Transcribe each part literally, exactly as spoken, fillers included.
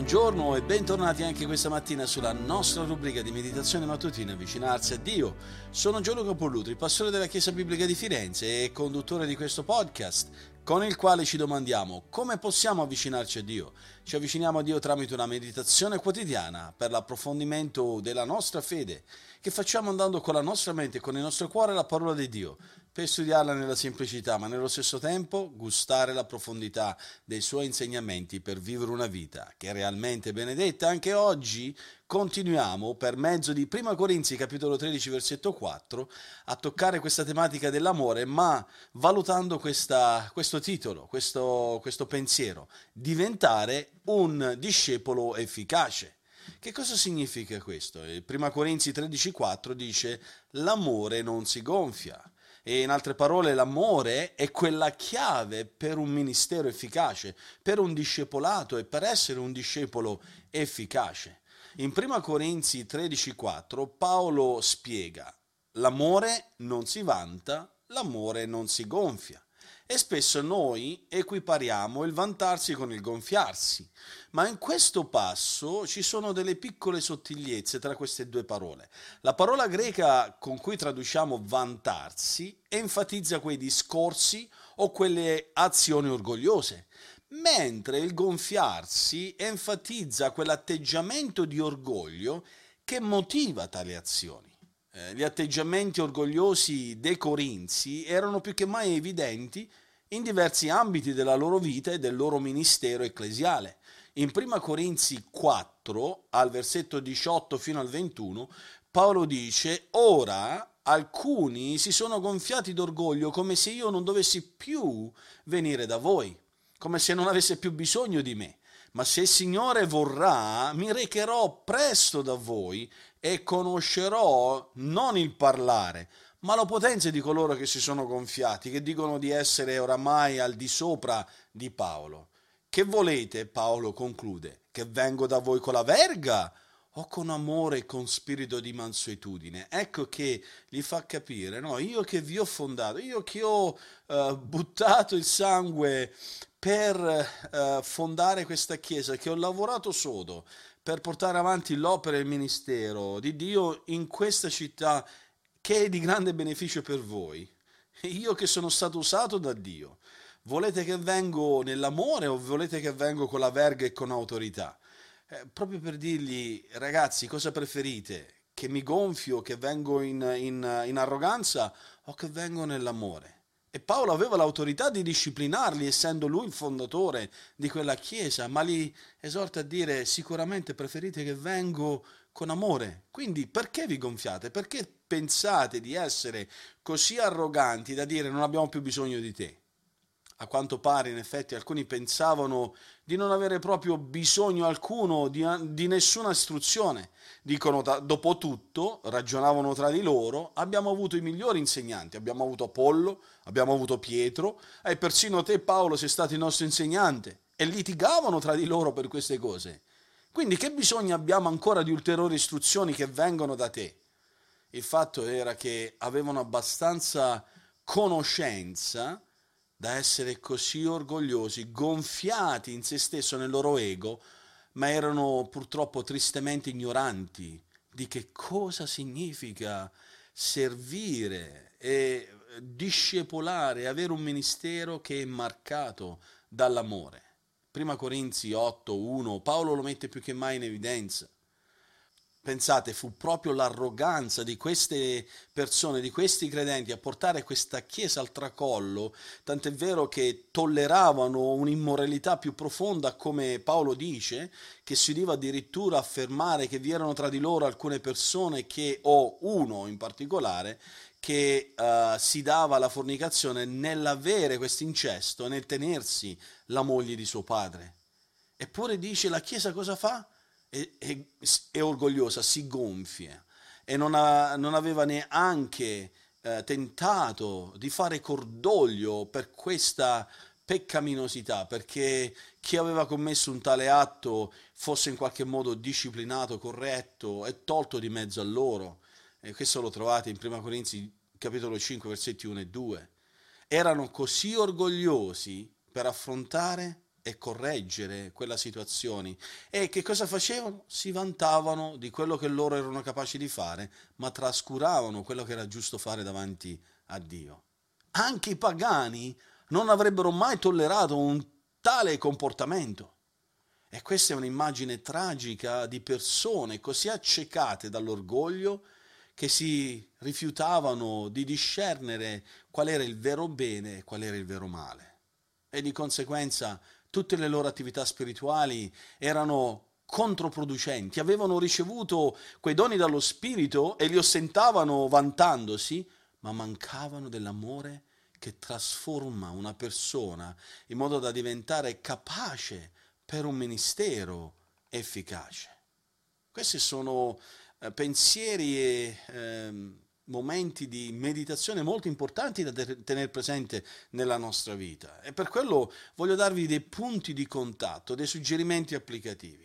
Buongiorno e bentornati anche questa mattina sulla nostra rubrica di meditazione mattutina Avvicinarsi a Dio. Sono Gianluca Pollutri, pastore della Chiesa Biblica di Firenze e conduttore di questo podcast, con il quale ci domandiamo come possiamo avvicinarci a Dio. Ci avviciniamo a Dio tramite una meditazione quotidiana per l'approfondimento della nostra fede, che facciamo andando con la nostra mente e con il nostro cuore la parola di Dio, per studiarla nella semplicità, ma nello stesso tempo gustare la profondità dei suoi insegnamenti per vivere una vita che è realmente benedetta. Anche oggi continuiamo, per mezzo di Prima Corinzi, capitolo tredici, versetto quattro, a toccare questa tematica dell'amore, ma valutando questa, questo titolo, questo, questo pensiero, diventare un discepolo efficace. Che cosa significa questo? Prima Corinzi tredici quattro dice: l'amore non si gonfia. E in altre parole, l'amore è quella chiave per un ministero efficace, per un discepolato e per essere un discepolo efficace. In Prima Corinzi tredici quattro Paolo spiega: l'amore non si vanta, l'amore non si gonfia. E spesso noi equipariamo il vantarsi con il gonfiarsi, ma in questo passo ci sono delle piccole sottigliezze tra queste due parole. La parola greca con cui traduciamo vantarsi enfatizza quei discorsi o quelle azioni orgogliose, mentre il gonfiarsi enfatizza quell'atteggiamento di orgoglio che motiva tali azioni. Gli atteggiamenti orgogliosi dei Corinzi erano più che mai evidenti in diversi ambiti della loro vita e del loro ministero ecclesiale. In Prima Corinzi quattro, al versetto diciotto fino al ventuno, Paolo dice: ora alcuni si sono gonfiati d'orgoglio come se io non dovessi più venire da voi, come se non avesse più bisogno di me. Ma se il Signore vorrà, mi recherò presto da voi e conoscerò non il parlare, ma la potenza di coloro che si sono gonfiati, che dicono di essere oramai al di sopra di Paolo. Che volete? Paolo conclude: che vengo da voi con la verga o con amore e con spirito di mansuetudine? Ecco che gli fa capire: no, io che vi ho fondato, io che ho uh, buttato il sangue per uh, fondare questa chiesa, che ho lavorato sodo per portare avanti l'opera e il ministero di Dio in questa città che è di grande beneficio per voi, io che sono stato usato da Dio, volete che vengo nell'amore o volete che vengo con la verga e con autorità? Eh, proprio per dirgli: ragazzi, cosa preferite? Che mi gonfio, che vengo in, in, in arroganza o che vengo nell'amore? E Paolo aveva l'autorità di disciplinarli, essendo lui il fondatore di quella chiesa, ma li esorta a dire: sicuramente preferite che vengo con amore. Quindi perché vi gonfiate? Perché pensate di essere così arroganti da dire: non abbiamo più bisogno di te? A quanto pare, in effetti, alcuni pensavano di non avere proprio bisogno alcuno di, di nessuna istruzione. Dicono: dopo tutto, ragionavano tra di loro, abbiamo avuto i migliori insegnanti, abbiamo avuto Apollo, abbiamo avuto Pietro, e persino te, Paolo, sei stato il nostro insegnante. E litigavano tra di loro per queste cose. Quindi che bisogno abbiamo ancora di ulteriori istruzioni che vengono da te? Il fatto era che avevano abbastanza conoscenza da essere così orgogliosi, gonfiati in se stesso, nel loro ego, ma erano purtroppo tristemente ignoranti di che cosa significa servire e discepolare, avere un ministero che è marcato dall'amore. Prima Corinzi otto uno, Paolo lo mette più che mai in evidenza. Pensate, fu proprio l'arroganza di queste persone, di questi credenti, a portare questa chiesa al tracollo, tant'è vero che tolleravano un'immoralità più profonda, come Paolo dice, che si udiva addirittura affermare che vi erano tra di loro alcune persone che, o uno in particolare, che uh, si dava alla fornicazione nell'avere questo incesto, nel tenersi la moglie di suo padre. Eppure dice: la chiesa cosa fa? È, è, è orgogliosa, si gonfia e non, ha, non aveva neanche eh, tentato di fare cordoglio per questa peccaminosità, perché chi aveva commesso un tale atto fosse in qualche modo disciplinato, corretto e tolto di mezzo a loro. E questo lo trovate in Prima Corinzi capitolo cinque versetti uno e due. Erano così orgogliosi per affrontare e correggere quella situazione. E che cosa facevano? Si vantavano di quello che loro erano capaci di fare, ma trascuravano quello che era giusto fare davanti a Dio. Anche i pagani non avrebbero mai tollerato un tale comportamento. E questa è un'immagine tragica di persone così accecate dall'orgoglio che si rifiutavano di discernere qual era il vero bene e qual era il vero male. E di conseguenza tutte le loro attività spirituali erano controproducenti, avevano ricevuto quei doni dallo Spirito e li ostentavano vantandosi, ma mancavano dell'amore che trasforma una persona in modo da diventare capace per un ministero efficace. Questi sono eh, pensieri e eh, momenti di meditazione molto importanti da te- tenere presente nella nostra vita, e per quello voglio darvi dei punti di contatto, dei suggerimenti applicativi.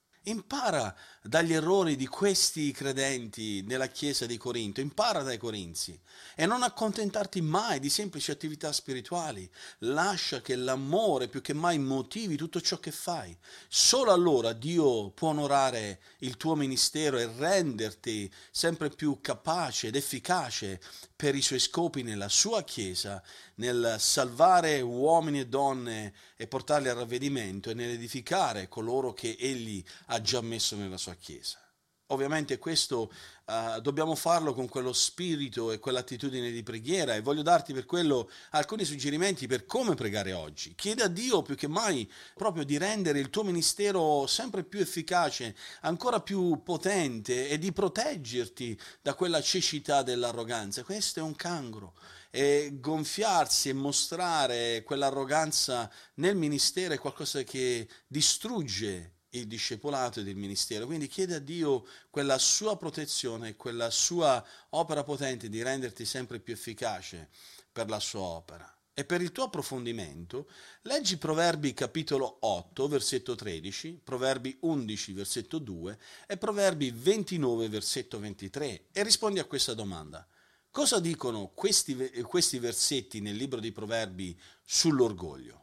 Impara dagli errori di questi credenti nella chiesa di Corinto, impara dai Corinzi e non accontentarti mai di semplici attività spirituali. Lascia che l'amore più che mai motivi tutto ciò che fai. Solo allora Dio può onorare il tuo ministero e renderti sempre più capace ed efficace per i suoi scopi nella sua chiesa, nel salvare uomini e donne e portarli al ravvedimento e nell'edificare coloro che egli ha già messo nella sua chiesa. Ovviamente questo uh, dobbiamo farlo con quello spirito e quell'attitudine di preghiera, e voglio darti per quello alcuni suggerimenti per come pregare oggi. Chiedi a Dio più che mai proprio di rendere il tuo ministero sempre più efficace, ancora più potente, e di proteggerti da quella cecità dell'arroganza. Questo è un cancro, e gonfiarsi e mostrare quell'arroganza nel ministero è qualcosa che distrugge il discepolato ed il ministero. Quindi chiede a Dio quella sua protezione, quella sua opera potente di renderti sempre più efficace per la sua opera. E per il tuo approfondimento leggi Proverbi capitolo otto versetto tredici, Proverbi undici versetto due e Proverbi ventinove versetto ventitré e rispondi a questa domanda: cosa dicono questi, questi versetti nel libro di Proverbi sull'orgoglio?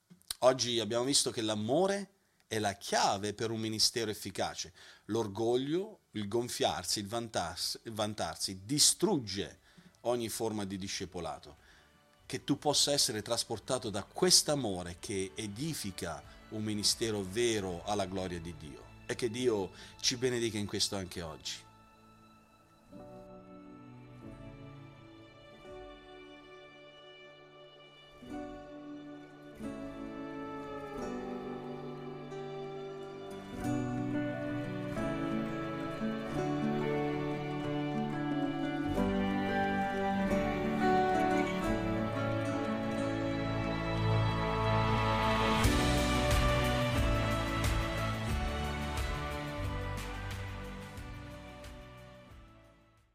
Oggi abbiamo visto che l'amore è la chiave per un ministero efficace. L'orgoglio, il gonfiarsi, il vantarsi, il vantarsi distrugge ogni forma di discepolato. Che tu possa essere trasportato da quest'amore che edifica un ministero vero alla gloria di Dio. E che Dio ci benedica in questo anche oggi.